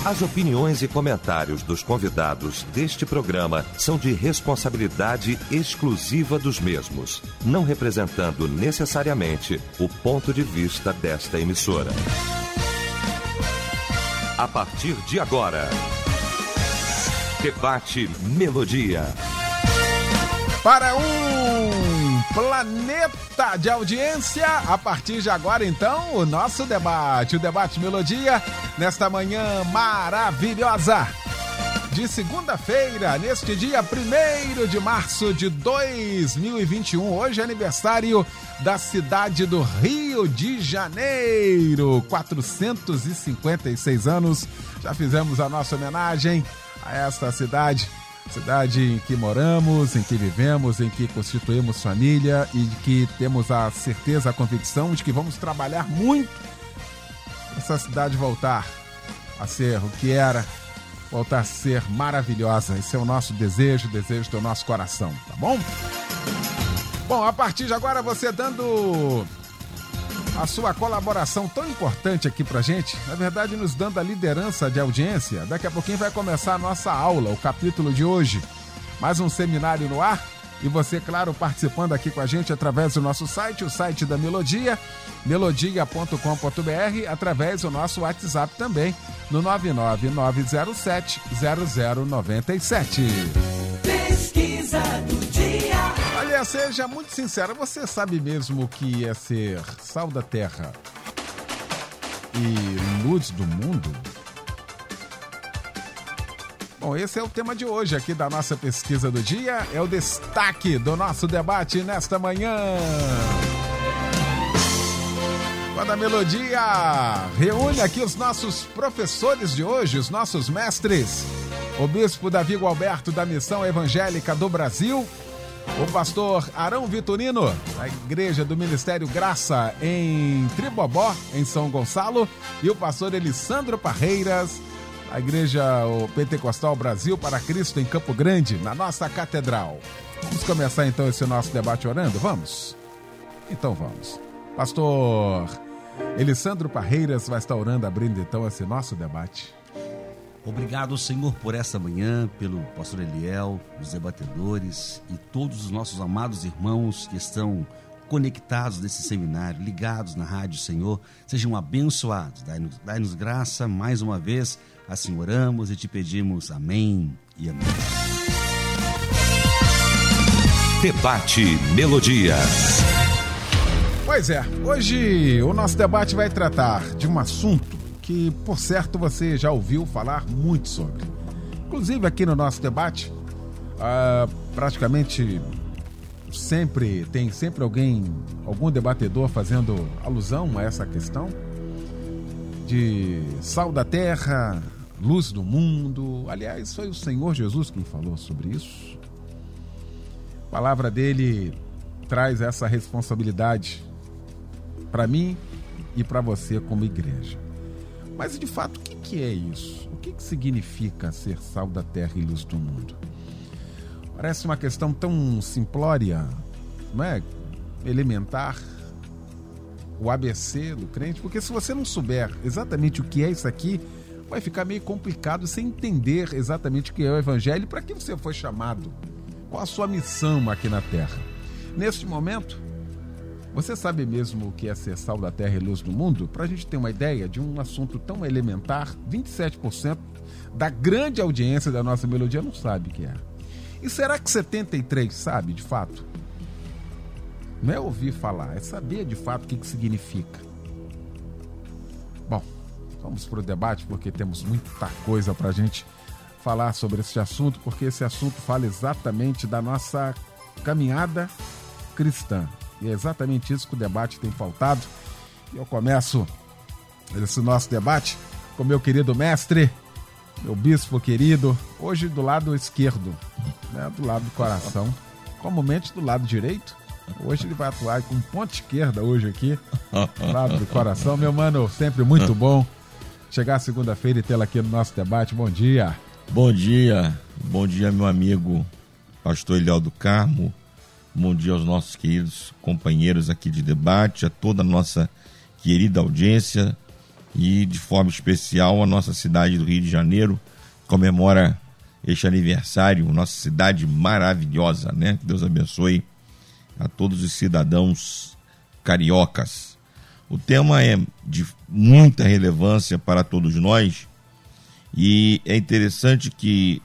As opiniões e comentários dos convidados deste programa são de responsabilidade exclusiva dos mesmos, não representando necessariamente o ponto de vista desta emissora. A partir de agora, Debate Melodia. Para um planeta de audiência, a partir de agora, então, o nosso debate, o Debate Melodia, nesta manhã maravilhosa de segunda-feira, neste dia 1º de março de 2021. Hoje é aniversário da cidade do Rio de Janeiro, 456 anos. Já fizemos a nossa homenagem a esta cidade em que moramos, em que vivemos, em que constituímos família e de que temos a certeza, a convicção de que vamos trabalhar muito para essa cidade voltar a ser o que era, voltar a ser maravilhosa. Esse é o nosso desejo, o desejo do nosso coração, tá bom? Bom, a partir de agora você dando a sua colaboração tão importante aqui pra gente, na verdade nos dando a liderança de audiência. Daqui a pouquinho vai começar a nossa aula, o capítulo de hoje. Mais um seminário no ar e você, claro, participando aqui com a gente através do nosso site, o site da Melodia, melodia.com.br, através do nosso WhatsApp também, no 99907-0097. Pesquisa do dia. Olha, seja muito sincero, você sabe mesmo o que é ser sal da terra e luz do mundo? Bom, esse é o tema de hoje aqui da nossa pesquisa do dia, é o destaque do nosso debate nesta manhã. Quando a Melodia reúne aqui os nossos professores de hoje, os nossos mestres, o bispo Davi Gualberto da Missão Evangélica do Brasil, o pastor Arão Vitorino, da Igreja do Ministério Graça em Tribobó, em São Gonçalo, e o pastor Elisandro Parreiras, da Igreja Pentecostal Brasil para Cristo em Campo Grande, na nossa catedral. Vamos começar então esse nosso debate orando? Vamos? Então vamos. Pastor Elisandro Parreiras vai estar orando, abrindo então esse nosso debate. Obrigado, Senhor, por essa manhã, pelo pastor Eliel, os debatedores e todos os nossos amados irmãos que estão conectados nesse seminário, ligados na rádio, Senhor. Sejam abençoados. Dai-nos graça mais uma vez. Assim oramos e te pedimos. Amém e amém. Debate Melodia. Pois é, hoje o nosso debate vai tratar de um assunto que, por certo, você já ouviu falar muito sobre. Inclusive, aqui no nosso debate, praticamente tem sempre algum debatedor fazendo alusão a essa questão de sal da terra, luz do mundo. Aliás, foi o Senhor Jesus quem falou sobre isso. A palavra dele traz essa responsabilidade para mim e para você como igreja. Mas, de fato, o que é isso? O que significa ser sal da terra e luz do mundo? Parece uma questão tão simplória, não é? Elementar, o ABC do crente, porque se você não souber exatamente o que é isso aqui, vai ficar meio complicado sem entender exatamente o que é o Evangelho e para que você foi chamado. Qual a sua missão aqui na terra? Neste momento, você sabe mesmo o que é ser sal da terra e luz do mundo? Para a gente ter uma ideia de um assunto tão elementar, 27% da grande audiência da nossa Melodia não sabe o que é. E será que 73% sabe de fato? Não é ouvir falar, é saber de fato o que significa. Bom, vamos para o debate porque temos muita coisa para a gente falar sobre esse assunto, porque esse assunto fala exatamente da nossa caminhada cristã. E é exatamente isso que o debate tem faltado. E eu começo esse nosso debate com meu querido mestre, meu bispo querido, hoje do lado esquerdo, né, do lado do coração, comumente do lado direito. Hoje ele vai atuar com ponta esquerda hoje aqui, do lado do coração. Meu mano, sempre muito bom chegar segunda-feira e tê-la aqui no nosso debate. Bom dia. Bom dia, meu amigo pastor Eliel do Carmo. Bom dia aos nossos queridos companheiros aqui de debate, a toda a nossa querida audiência. E de forma especial a nossa cidade do Rio de Janeiro comemora este aniversário, nossa cidade maravilhosa, né? Que Deus abençoe a todos os cidadãos cariocas. O tema é de muita relevância para todos nós e é interessante que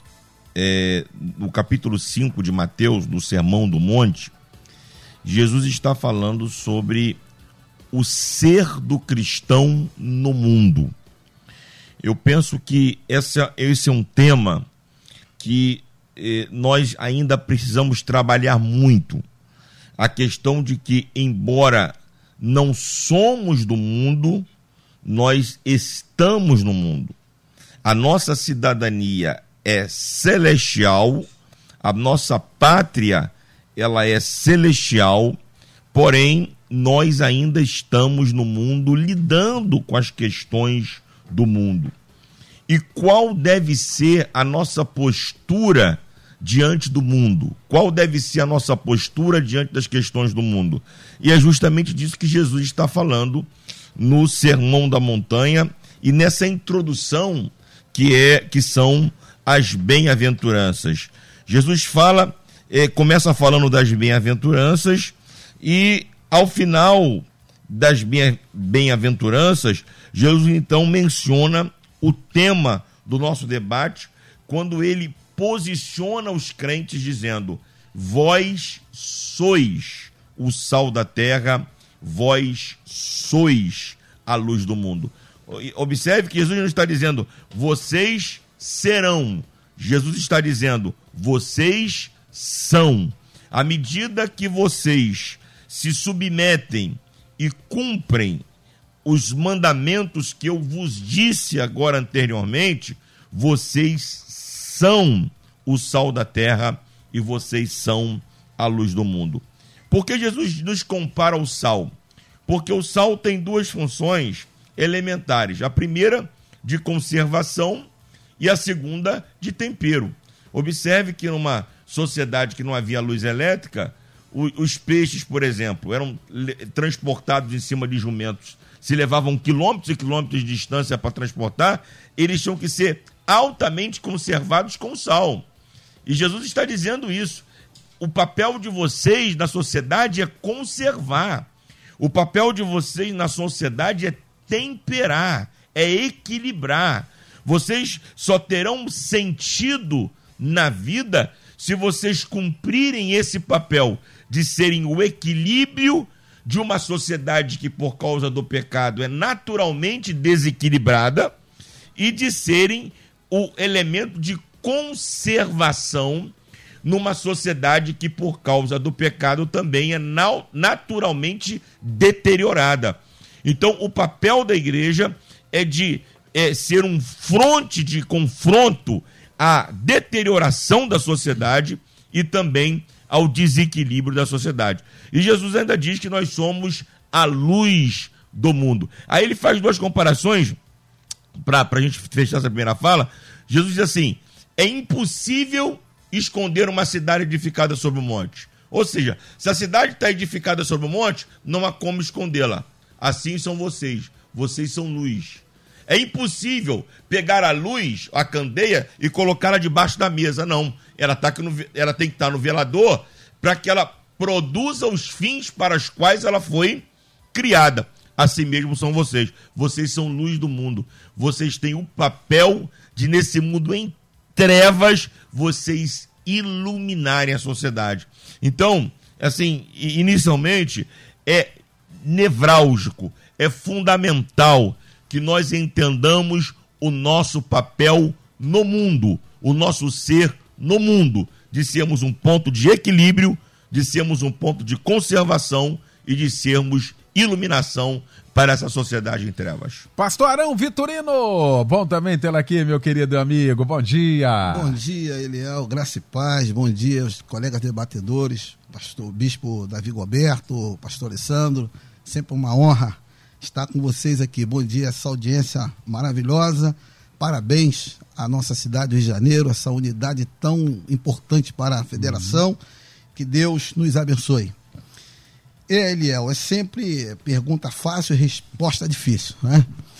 no capítulo 5 de Mateus, no Sermão do Monte, Jesus está falando sobre o ser do cristão no mundo. Eu penso que esse é um tema que nós ainda precisamos trabalhar muito. A questão de que, embora não somos do mundo, nós estamos no mundo. A nossa cidadania é celestial, a nossa pátria ela é celestial, porém nós ainda estamos no mundo lidando com as questões do mundo. E qual deve ser a nossa postura diante do mundo? Qual deve ser a nossa postura diante das questões do mundo? E é justamente disso que Jesus está falando no Sermão da Montanha e nessa introdução que são as bem-aventuranças. Jesus começa falando das bem-aventuranças e ao final das bem-aventuranças, Jesus então menciona o tema do nosso debate, quando ele posiciona os crentes dizendo: vós sois o sal da terra, vós sois a luz do mundo. Observe que Jesus não está dizendo vocês serão, Jesus está dizendo vocês são. À medida que vocês se submetem e cumprem os mandamentos que eu vos disse agora anteriormente, vocês são o sal da terra e vocês são a luz do mundo. Por que Jesus nos compara ao sal? Porque o sal tem duas funções elementares. A primeira, de conservação, e a segunda, de tempero. Observe que numa sociedade que não havia luz elétrica, os peixes, por exemplo, eram transportados em cima de jumentos. Se levavam quilômetros e quilômetros de distância para transportar, eles tinham que ser altamente conservados com sal. E Jesus está dizendo isso. O papel de vocês na sociedade é conservar. O papel de vocês na sociedade é temperar, é equilibrar. Vocês só terão sentido na vida se vocês cumprirem esse papel de serem o equilíbrio de uma sociedade que, por causa do pecado, é naturalmente desequilibrada, e de serem o elemento de conservação numa sociedade que, por causa do pecado, também é naturalmente deteriorada. Então, o papel da igreja é de ser um fronte de confronto à deterioração da sociedade e também ao desequilíbrio da sociedade. E Jesus ainda diz que nós somos a luz do mundo. Aí ele faz duas comparações, para a gente fechar essa primeira fala. Jesus diz assim: é impossível esconder uma cidade edificada sobre um monte. Ou seja, se a cidade está edificada sobre um monte, não há como escondê-la. Assim são vocês. Vocês são luz. É impossível pegar a luz, a candeia, e colocá-la debaixo da mesa. Não. Ela tem que estar no velador para que ela produza os fins para os quais ela foi criada. Assim mesmo são vocês. Vocês são luz do mundo. Vocês têm o papel de, nesse mundo em trevas, vocês iluminarem a sociedade. Então, assim, inicialmente, é nevrálgico, é fundamental que nós entendamos o nosso papel no mundo, o nosso ser no mundo, de sermos um ponto de equilíbrio, de sermos um ponto de conservação e de sermos iluminação para essa sociedade em trevas. Pastor Arão Vitorino, bom também tê-lo aqui, meu querido amigo, bom dia. Bom dia, Eliel, graça e paz, bom dia aos colegas debatedores, pastor Bispo Davi Goberto, pastor Alessandro, sempre uma honra estar com vocês aqui. Bom dia, essa audiência maravilhosa, parabéns à nossa cidade do Rio de Janeiro, essa unidade tão importante para a federação, que Deus nos abençoe. Eliel, é sempre pergunta fácil e resposta difícil, né?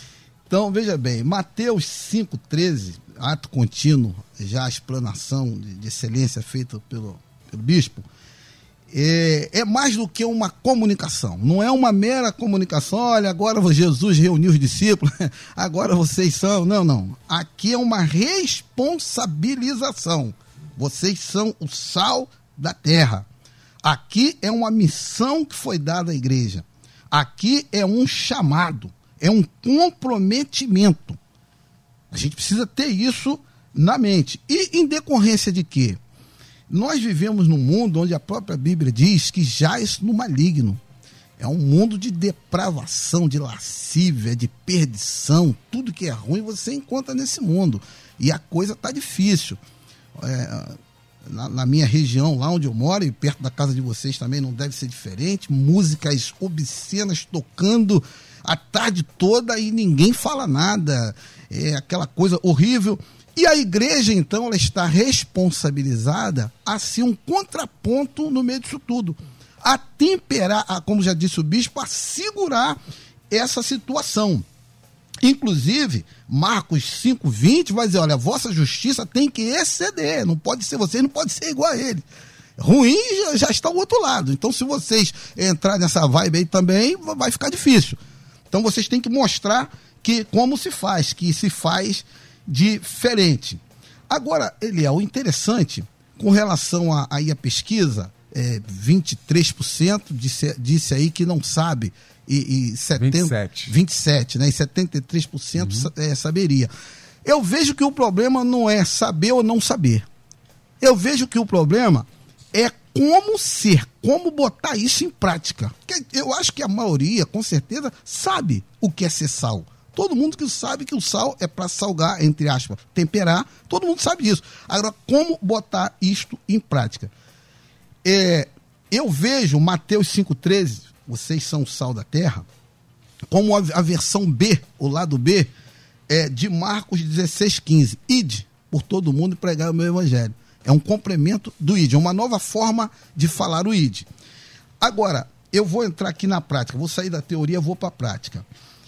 Então, veja bem, Mateus 5,13, ato contínuo, já a explanação de excelência feita pelo bispo, é mais do que uma comunicação. Não é uma mera comunicação, olha, agora Jesus reuniu os discípulos, agora vocês são... Não. Aqui é uma responsabilização. Vocês são o sal da terra. Aqui é uma missão que foi dada à igreja. Aqui é um chamado, é um comprometimento. A gente precisa ter isso na mente. E em decorrência de quê? Nós vivemos num mundo onde a própria Bíblia diz que jaz no maligno. É um mundo de depravação, de lascívia, de perdição. Tudo que é ruim você encontra nesse mundo. E a coisa está difícil. Na minha região, lá onde eu moro, e perto da casa de vocês também não deve ser diferente, músicas obscenas tocando a tarde toda e ninguém fala nada. É aquela coisa horrível. E a igreja, então, ela está responsabilizada a ser um contraponto no meio disso tudo. A temperar, como já disse o bispo, a segurar essa situação. Inclusive, Marcos 5,20 vai dizer, olha, a vossa justiça tem que exceder, não pode ser vocês, não pode ser igual a ele. Ruim já está o outro lado. Então, se vocês entrarem nessa vibe aí também, vai ficar difícil. Então, vocês têm que mostrar que como se faz, que se faz diferente. Agora, Eliel, interessante, com relação a pesquisa, 23% disse aí que não sabe, e 27, né? E 73% saberia. Eu vejo que o problema não é saber ou não saber. Eu vejo que o problema é como ser, como botar isso em prática. Eu acho que a maioria, com certeza, sabe o que é ser sal. Todo mundo que sabe que o sal é para salgar, entre aspas, temperar, todo mundo sabe disso. Agora, como botar isto em prática? Eu vejo Mateus 5,13, vocês são o sal da terra, como a versão B, o lado B, de Marcos 16,15. Ide por todo mundo e pregar o meu evangelho. É um complemento do ide, é uma nova forma de falar o ide. Agora, eu vou entrar aqui na prática, vou sair da teoria, vou para a prática.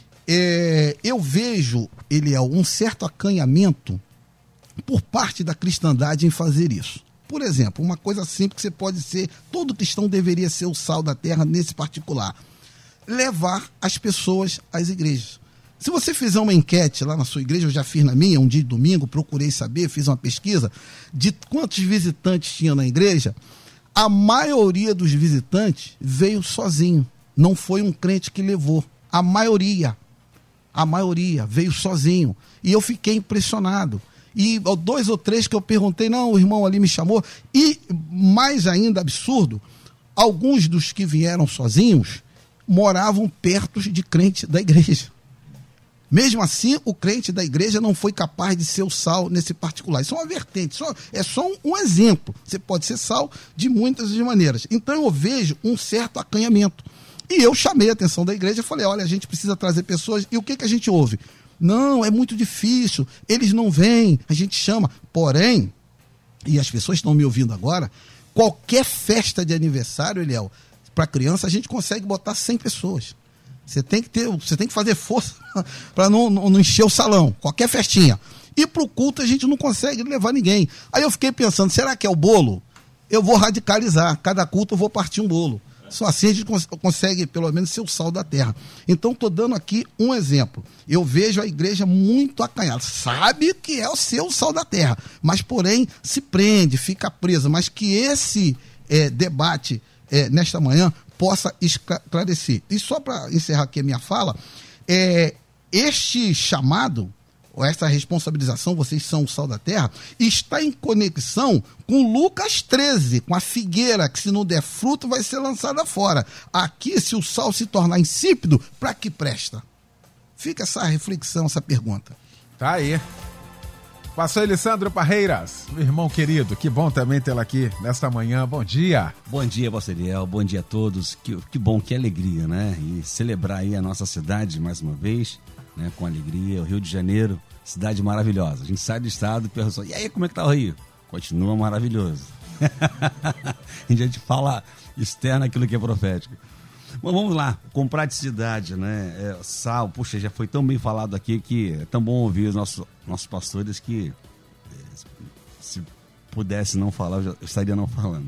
Eu vejo, Eliel, um certo acanhamento por parte da cristandade em fazer isso. Por exemplo, uma coisa simples que você pode ser, todo cristão deveria ser o sal da terra nesse particular. Levar as pessoas às igrejas. Se você fizer uma enquete lá na sua igreja, eu já fiz na minha, um dia de domingo, procurei saber, fiz uma pesquisa de quantos visitantes tinha na igreja, a maioria dos visitantes veio sozinho. Não foi um crente que levou. A maioria veio sozinho. E eu fiquei impressionado. E 2 ou 3 que eu perguntei, não, o irmão ali me chamou. E, mais ainda absurdo, alguns dos que vieram sozinhos moravam perto de crente da igreja. Mesmo assim, o crente da igreja não foi capaz de ser o sal nesse particular. Isso é uma vertente, é só um exemplo. Você pode ser sal de muitas maneiras. Então eu vejo um certo acanhamento. E eu chamei a atenção da igreja e falei, olha, a gente precisa trazer pessoas. E o que a gente ouve? Não, é muito difícil, eles não vêm, a gente chama. Porém, e as pessoas estão me ouvindo agora, qualquer festa de aniversário, Eliel, para criança, a gente consegue botar 100 pessoas. Você tem que fazer força para não encher o salão, qualquer festinha. E para o culto a gente não consegue levar ninguém. Aí eu fiquei pensando, será que é o bolo? Eu vou radicalizar, cada culto eu vou partir um bolo. Só assim a gente consegue, pelo menos, ser o sal da terra. Então, estou dando aqui um exemplo. Eu vejo a igreja muito acanhada. Sabe que é o seu sal da terra, mas, porém, se prende, fica presa. Mas que esse debate, nesta manhã, possa esclarecer. E só para encerrar aqui a minha fala, este chamado, ou essa responsabilização, vocês são o sal da terra, está em conexão com Lucas 13, com a figueira, que se não der fruto vai ser lançada fora. Aqui, se o sal se tornar insípido, para que presta? Fica essa reflexão, essa pergunta. Tá aí. Pastor Elisandro Parreiras, meu irmão querido, que bom também tê-lo aqui nesta manhã. Bom dia. Bom dia, pastor Eliel, bom dia a todos. Que bom, que alegria, né? E celebrar aí a nossa cidade mais uma vez, né? Com alegria, o Rio de Janeiro, cidade maravilhosa. A gente sai do estado e pergunta, e aí, como é que tá o Rio? Continua maravilhoso. A gente fala externa aquilo que é profético. Mas vamos lá, com praticidade, né? Sal, puxa, já foi tão bem falado aqui que é tão bom ouvir os nossos pastores que se pudesse não falar, eu estaria não falando.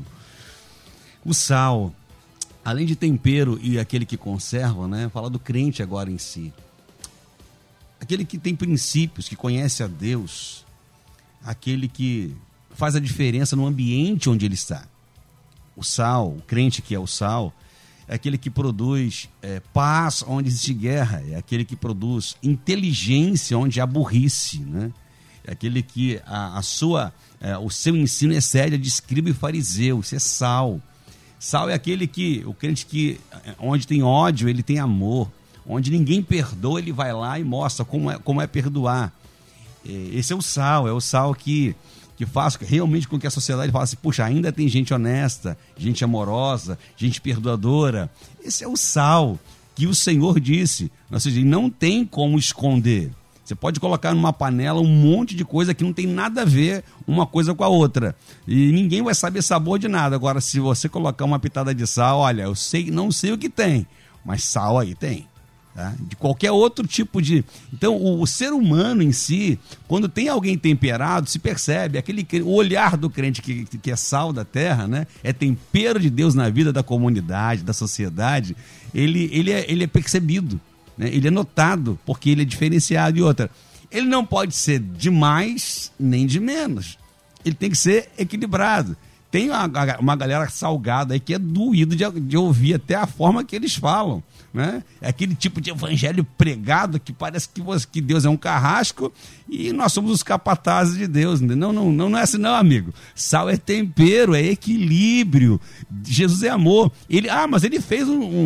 O sal, além de tempero e aquele que conserva, né? Fala do crente agora em si. Aquele que tem princípios, que conhece a Deus, aquele que faz a diferença no ambiente onde ele está. O sal, o crente que é o sal, é aquele que produz paz onde existe guerra, é aquele que produz inteligência onde há burrice, né? É aquele que o seu ensino excede a de escriba e fariseu, isso é sal. Sal é aquele que, o crente que, onde tem ódio, ele tem amor. Onde ninguém perdoa, ele vai lá e mostra como é perdoar. Esse é o sal que faz realmente com que a sociedade fale assim, puxa, ainda tem gente honesta, gente amorosa, gente perdoadora. Esse é o sal que o Senhor disse. Ou seja, não tem como esconder. Você pode colocar numa panela um monte de coisa que não tem nada a ver uma coisa com a outra. E ninguém vai saber sabor de nada. Agora, se você colocar uma pitada de sal, olha, não sei o que tem, mas sal aí tem. Tá? De qualquer outro tipo de... Então, o ser humano em si, quando tem alguém temperado, se percebe. O olhar do crente que é sal da terra, né? É tempero de Deus na vida da comunidade, da sociedade. Ele é percebido. Né? Ele é notado, porque ele é diferenciado. E outra, ele não pode ser de mais nem de menos. Ele tem que ser equilibrado. Tem uma galera salgada aí que é doído de ouvir até a forma que eles falam. Né? É aquele tipo de evangelho pregado que parece que Deus é um carrasco e nós somos os capatazes de Deus. Não é assim não, amigo. Sal é tempero, é equilíbrio. Jesus é amor. Mas ele fez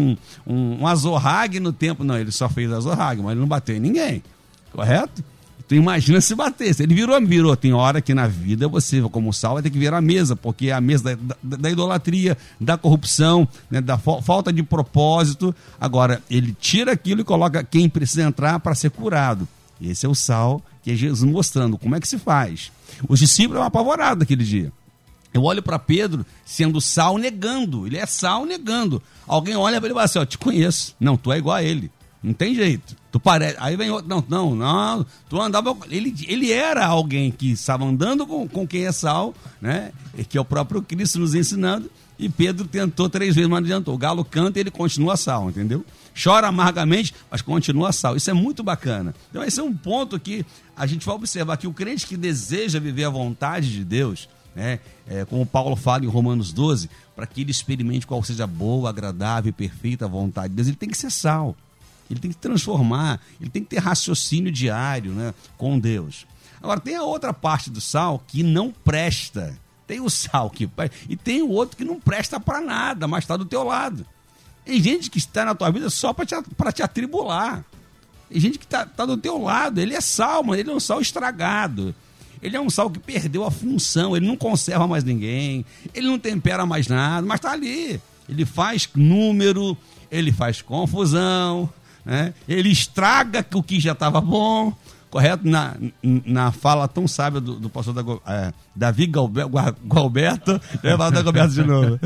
um azorrague no tempo. Não, ele só fez azorrague, mas ele não bateu em ninguém. Correto? Então imagina se batesse. Ele virou. Tem hora que na vida você, como sal, vai ter que virar a mesa, porque é a mesa da idolatria, da corrupção, né, da falta de propósito. Agora, ele tira aquilo e coloca quem precisa entrar para ser curado. Esse é o sal que é Jesus mostrando como é que se faz. Os discípulos eram apavorados naquele dia. Eu olho para Pedro sendo sal negando. Ele é sal negando. Alguém olha para ele e fala assim, te conheço. Não, tu é igual a ele. Não tem jeito. Tu parece. Aí vem outro. Não. Tu andava. Ele era alguém que estava andando com quem é sal, né? Que é o próprio Cristo nos ensinando. E Pedro tentou 3 vezes, mas não adiantou. O galo canta e ele continua sal, entendeu? Chora amargamente, mas continua sal. Isso é muito bacana. Então, esse é um ponto que a gente vai observar que o crente que deseja viver a vontade de Deus, né? Como Paulo fala em Romanos 12, para que ele experimente qual seja a boa, agradável e perfeita vontade de Deus, ele tem que ser sal. Ele tem que transformar, ele tem que ter raciocínio diário, né, com Deus. Agora, tem a outra parte do sal que não presta. Tem o sal que presta e tem o outro que não presta para nada, mas está do teu lado. Tem gente que está na tua vida só para te atribular. Tem gente que está do teu lado. Ele é sal, mas ele é um sal estragado. Ele é um sal que perdeu a função, ele não conserva mais ninguém, ele não tempera mais nada, mas está ali. Ele faz número, ele faz confusão, né? Ele estraga o que já estava bom, correto? Na fala tão sábia do pastor Davi Galberto, levar da Galberto de novo.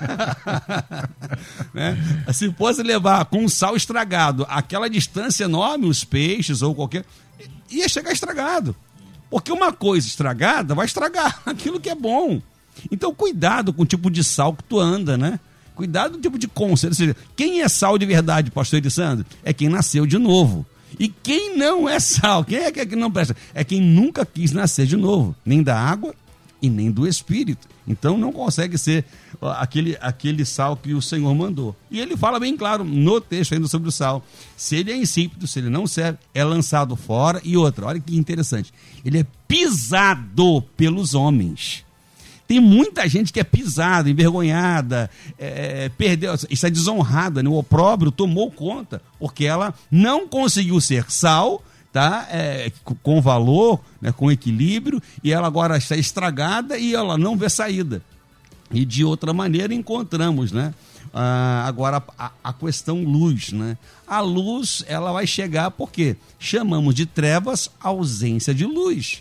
Né? Se fosse levar com sal estragado aquela distância enorme, os peixes ou qualquer, ia chegar estragado. Porque uma coisa estragada vai estragar aquilo que é bom. Então, cuidado com o tipo de sal que tu anda, né? Cuidado do tipo de conselho. Ou seja, quem é sal de verdade, pastor Elisandro? É quem nasceu de novo. E quem não é sal? Quem é que não presta? É quem nunca quis nascer de novo. Nem da água e nem do Espírito. Então não consegue ser aquele sal que o Senhor mandou. E ele fala bem claro no texto ainda sobre o sal. Se ele é insípido, se ele não serve, é lançado fora. E outra, olha que interessante. Ele é pisado pelos homens. Tem muita gente que é pisada, envergonhada, perdeu, está desonrada, né? O opróbrio tomou conta, porque ela não conseguiu ser sal, tá? Com valor, né? Com equilíbrio, e ela agora está estragada e ela não vê saída. E de outra maneira encontramos, né? Agora a questão luz, né? A luz, ela vai chegar porque chamamos de trevas a ausência de luz.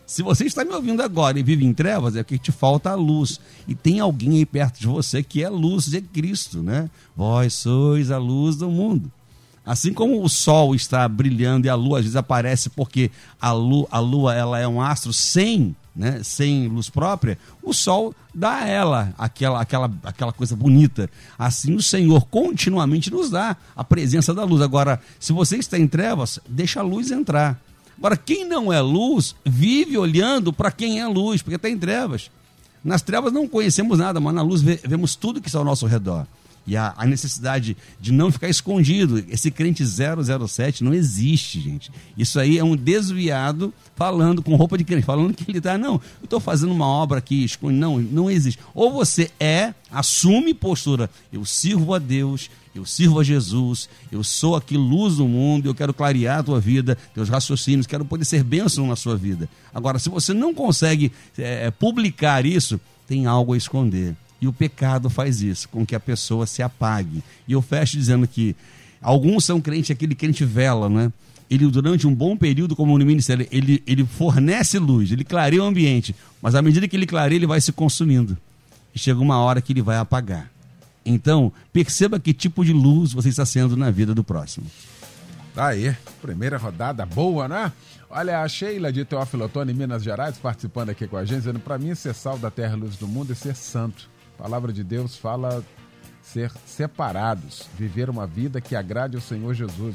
Se você está me ouvindo agora e vive em trevas, é porque te falta a luz. E tem alguém aí perto de você que é luz de Cristo, né? Vós sois a luz do mundo. Assim como o sol está brilhando e a lua às vezes aparece porque a lua ela é um astro sem luz própria, o sol dá a ela aquela coisa bonita. Assim o Senhor continuamente nos dá a presença da luz. Agora, se você está em trevas, deixa a luz entrar. Agora, quem não é luz, vive olhando para quem é luz, porque está em trevas. Nas trevas não conhecemos nada, mas na luz vemos tudo que está ao nosso redor. E a necessidade de não ficar escondido. Esse crente 007 não existe, gente. Isso aí é um desviado falando com roupa de crente, falando que ele está, não, eu estou fazendo uma obra aqui, esconde. Não existe. Ou você assume postura, eu sirvo a Deus, eu sirvo a Jesus, eu sou aqui luz do mundo, eu quero clarear a tua vida, teus raciocínios, quero poder ser bênção na sua vida. Agora, se você não consegue publicar isso, tem algo a esconder. E o pecado faz isso, com que a pessoa se apague. E eu fecho dizendo que alguns são crentes, aquele crente vela, né? Ele, durante um bom período, como no ministério, ele fornece luz, ele clareia o ambiente, mas à medida que ele clareia, ele vai se consumindo. E chega uma hora que ele vai apagar. Então, perceba que tipo de luz você está sendo na vida do próximo. Tá aí, primeira rodada boa, né? Olha, a Sheila de Teófilo Otoni, Minas Gerais, participando aqui com a gente, dizendo, para mim, ser sal da terra e luz do mundo é ser santo. A palavra de Deus fala ser separados, viver uma vida que agrade ao Senhor Jesus,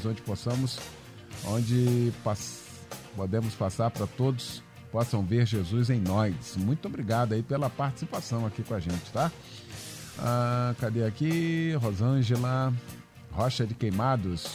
onde podemos passar para todos possam ver Jesus em nós. Muito obrigado aí pela participação aqui com a gente, tá? Cadê aqui? Rosângela Rocha de Queimados,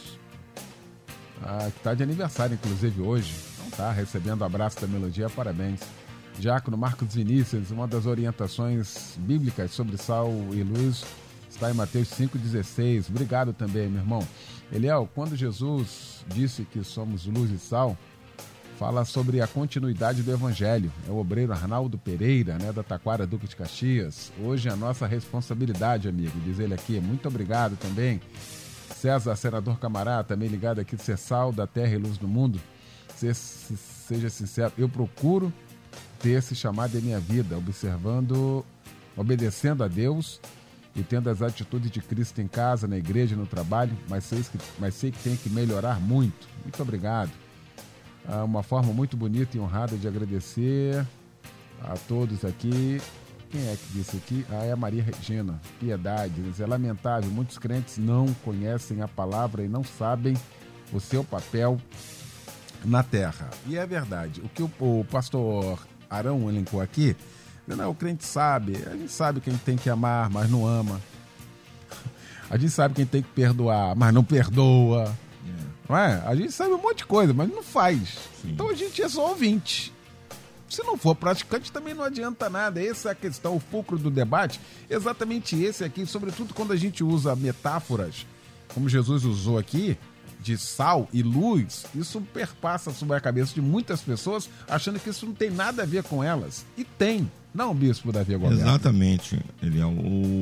que está de aniversário, inclusive, hoje. Então tá, recebendo o abraço da melodia, parabéns. Diácono Marcos Vinícius, uma das orientações bíblicas sobre sal e luz está em Mateus 5,16. Obrigado também, meu irmão. Eliel, quando Jesus disse que somos luz e sal, fala sobre a continuidade do evangelho. É o obreiro Arnaldo Pereira, né, da Taquara, Duque de Caxias. Hoje é a nossa responsabilidade, amigo, diz ele aqui. Muito obrigado também. César, senador Camará, também ligado aqui, de ser sal da terra e luz do mundo. Seja sincero, eu procuro ter esse chamado em minha vida, obedecendo a Deus e tendo as atitudes de Cristo em casa, na igreja, no trabalho, mas sei que tem que melhorar muito. Muito obrigado. Uma forma muito bonita e honrada de agradecer a todos aqui. Quem é que disse aqui? É a Maria Regina. Piedade. É lamentável, muitos crentes não conhecem a palavra e não sabem o seu papel na terra. E é verdade. O que o pastor Arão elencou aqui, o crente sabe, a gente sabe quem tem que amar, mas não ama. A gente sabe quem tem que perdoar, mas não perdoa. Não é? A gente sabe um monte de coisa, mas não faz. Sim. Então a gente é só ouvinte. Se não for praticante, também não adianta nada. Essa é a questão, o fulcro do debate, exatamente esse aqui, sobretudo quando a gente usa metáforas, como Jesus usou aqui, de sal e luz, isso perpassa sobre a cabeça de muitas pessoas, achando que isso não tem nada a ver com elas. E tem, não, Bispo Davi Gomes? Exatamente, Eliel.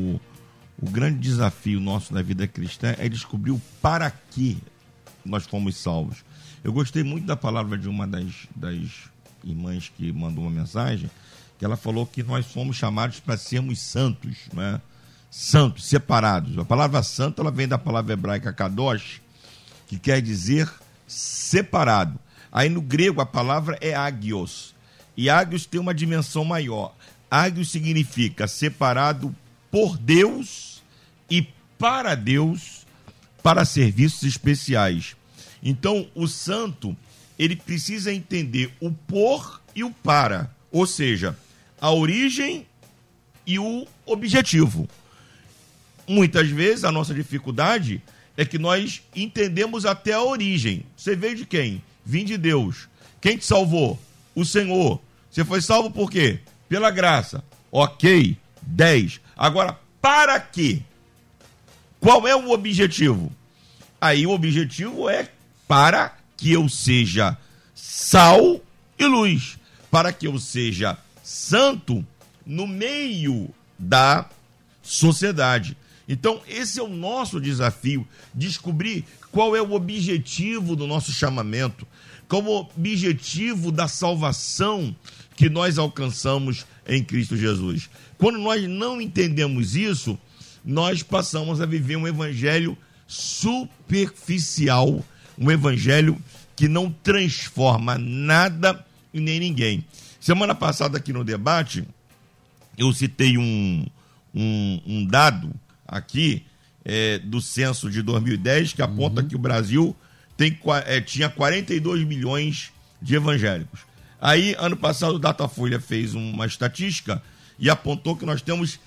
O grande desafio nosso na vida cristã é descobrir o para que nós fomos salvos. Eu gostei muito da palavra de uma das irmãs que mandou uma mensagem, que ela falou que nós fomos chamados para sermos santos, né? Santos, separados. A palavra santo, ela vem da palavra hebraica kadosh, que quer dizer separado. Aí no grego a palavra é agios. E agios tem uma dimensão maior. Agios significa separado por Deus e para Deus, para serviços especiais. Então o santo, ele precisa entender o por e o para. Ou seja, a origem e o objetivo. Muitas vezes a nossa dificuldade é que nós entendemos até a origem. Você veio de quem? Vim de Deus. Quem te salvou? O Senhor. Você foi salvo por quê? Pela graça. Ok, 10. Agora, para quê? Qual é o objetivo? Aí o objetivo é para que eu seja sal e luz. Para que eu seja santo no meio da sociedade. Então, esse é o nosso desafio, descobrir qual é o objetivo do nosso chamamento. como objetivo da salvação que nós alcançamos em Cristo Jesus. Quando nós não entendemos isso, nós passamos a viver um evangelho superficial, um evangelho que não transforma nada e nem ninguém. Semana passada aqui no debate, eu citei um dado aqui do censo de 2010 que aponta que o Brasil tinha 42 milhões de evangélicos. Aí, ano passado, o Datafolha fez uma estatística e apontou que nós temos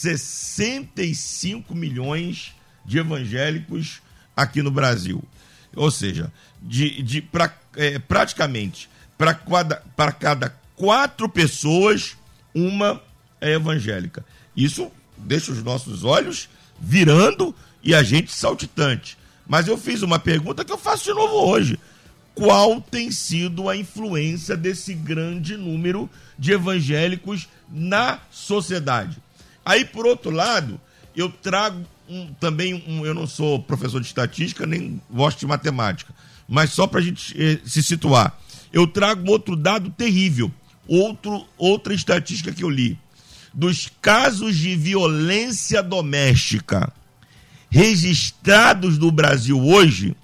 65 milhões de evangélicos aqui no Brasil. Ou seja, praticamente para cada 4 pessoas, uma é evangélica. Isso deixa os nossos olhos virando e a gente saltitante. Mas eu fiz uma pergunta que eu faço de novo hoje. Qual tem sido a influência desse grande número de evangélicos na sociedade? Aí, por outro lado, eu trago eu não sou professor de estatística, nem gosto de matemática, mas só para a gente se situar, eu trago outro dado terrível, outra estatística que eu li. Dos casos de violência doméstica registrados no Brasil hoje,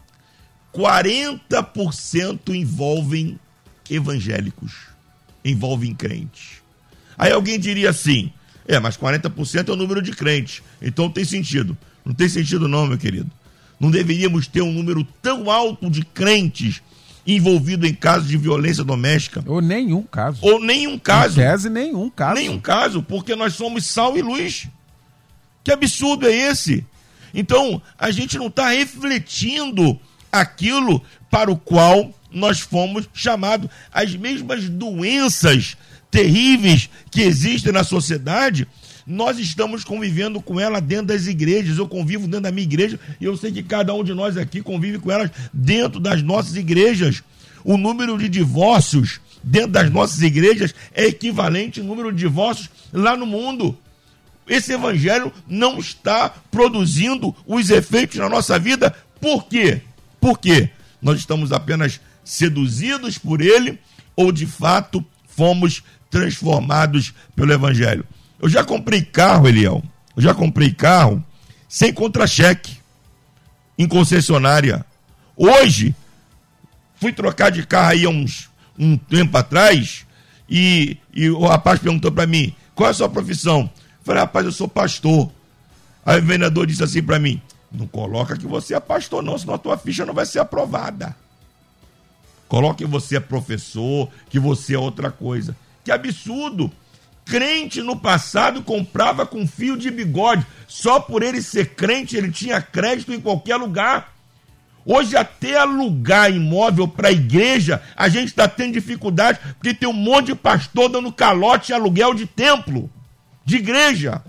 40% envolvem evangélicos, envolvem crentes. Aí alguém diria assim, mas 40% é o número de crentes, então tem sentido. Não tem sentido não, meu querido. Não deveríamos ter um número tão alto de crentes envolvidos em casos de violência doméstica. Ou nenhum caso. Em tese, nenhum caso. Nenhum caso, porque nós somos sal e luz. Que absurdo é esse? Então, a gente não está refletindo aquilo para o qual nós fomos chamados. As mesmas doenças terríveis que existem na sociedade, nós estamos convivendo com ela dentro das igrejas. Eu convivo dentro da minha igreja e eu sei que cada um de nós aqui convive com elas dentro das nossas igrejas. O número de divórcios dentro das nossas igrejas é equivalente ao número de divórcios lá no mundo. Esse evangelho não está produzindo os efeitos na nossa vida. Por quê? Porque nós estamos apenas seduzidos por ele ou de fato fomos transformados pelo evangelho. Eu já comprei carro, Eliel. Eu já comprei carro sem contra-cheque em concessionária. Hoje, fui trocar de carro aí um tempo atrás e o rapaz perguntou para mim, qual é a sua profissão? Eu falei, rapaz, eu sou pastor. Aí o vendedor disse assim para mim, não coloca que você é pastor não, senão a tua ficha não vai ser aprovada. Coloque que você é professor, que você é outra coisa. Que absurdo! Crente no passado comprava com fio de bigode. Só por ele ser crente, ele tinha crédito em qualquer lugar. Hoje, até alugar imóvel para a igreja, a gente está tendo dificuldade, porque tem um monte de pastor dando calote em aluguel de templo, de igreja.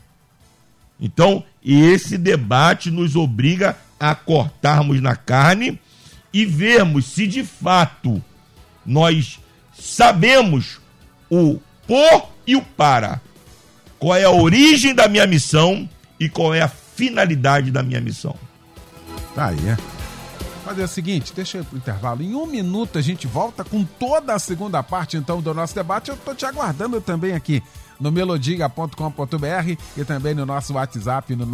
Então, esse debate nos obriga a cortarmos na carne e vermos se de fato nós sabemos o por e o para. Qual é a origem da minha missão e qual é a finalidade da minha missão. Tá aí, Fazer o seguinte, deixa eu ir pro intervalo. Em 1 minuto a gente volta com toda a segunda parte, então, do nosso debate. Eu tô te aguardando também aqui no melodia.com.br e também no nosso WhatsApp no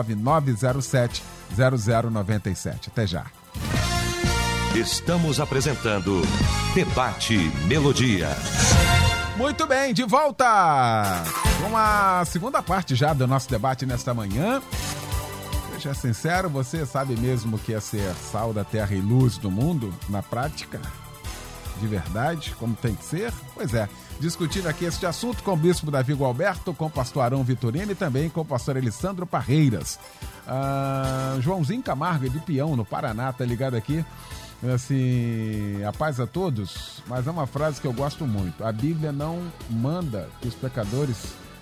999070097. Até já. Estamos apresentando Debate Melodia. Muito bem, de volta com a segunda parte já do nosso debate nesta manhã. Seja sincero, você sabe mesmo o que é ser sal da terra e luz do mundo na prática? De verdade, como tem que ser? Pois é, discutindo aqui este assunto com o bispo Davi Gualberto, com o pastor Arão Vitorino e também com o pastor Elisandro Parreiras. Joãozinho Camargo de Peão, no Paraná, tá ligado aqui? Assim, a paz a todos, mas é uma frase que eu gosto muito. A Bíblia não manda que os pecadores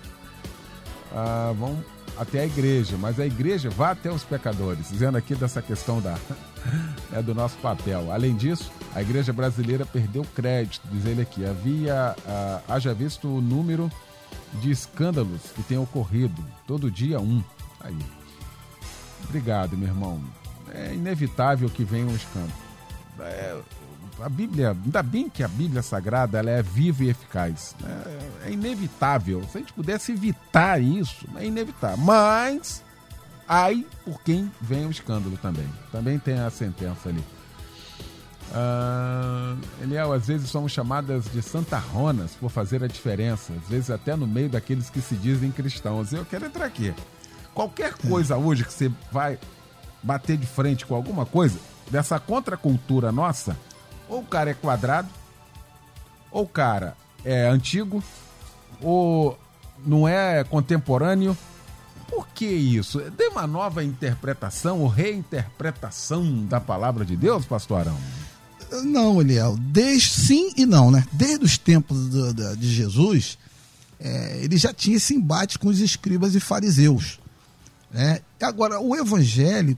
vão até a igreja, mas a igreja vá até os pecadores, dizendo aqui dessa questão do nosso papel. Além disso, a igreja brasileira perdeu crédito, diz ele aqui. Haja visto o número de escândalos que tem ocorrido, todo dia um. Aí. Obrigado, meu irmão. É inevitável que venha um escândalo. a Bíblia, ainda bem que a Bíblia Sagrada ela é viva e eficaz. É inevitável. Se a gente pudesse evitar isso, é inevitável. Mas, aí por quem vem o escândalo também. Também tem a sentença ali. Eliel, às vezes somos chamadas de santarronas por fazer a diferença. Às vezes até no meio daqueles que se dizem cristãos. Eu quero entrar aqui. Qualquer coisa hoje que você vai bater de frente com alguma coisa, dessa contracultura nossa, ou o cara é quadrado, ou o cara é antigo, ou não é contemporâneo. Por que isso? Tem uma nova interpretação ou reinterpretação da palavra de Deus, pastor Arão? Não, Eliel, sim e não, né? Desde os tempos de Jesus, ele já tinha esse embate com os escribas e fariseus. Agora, o evangelho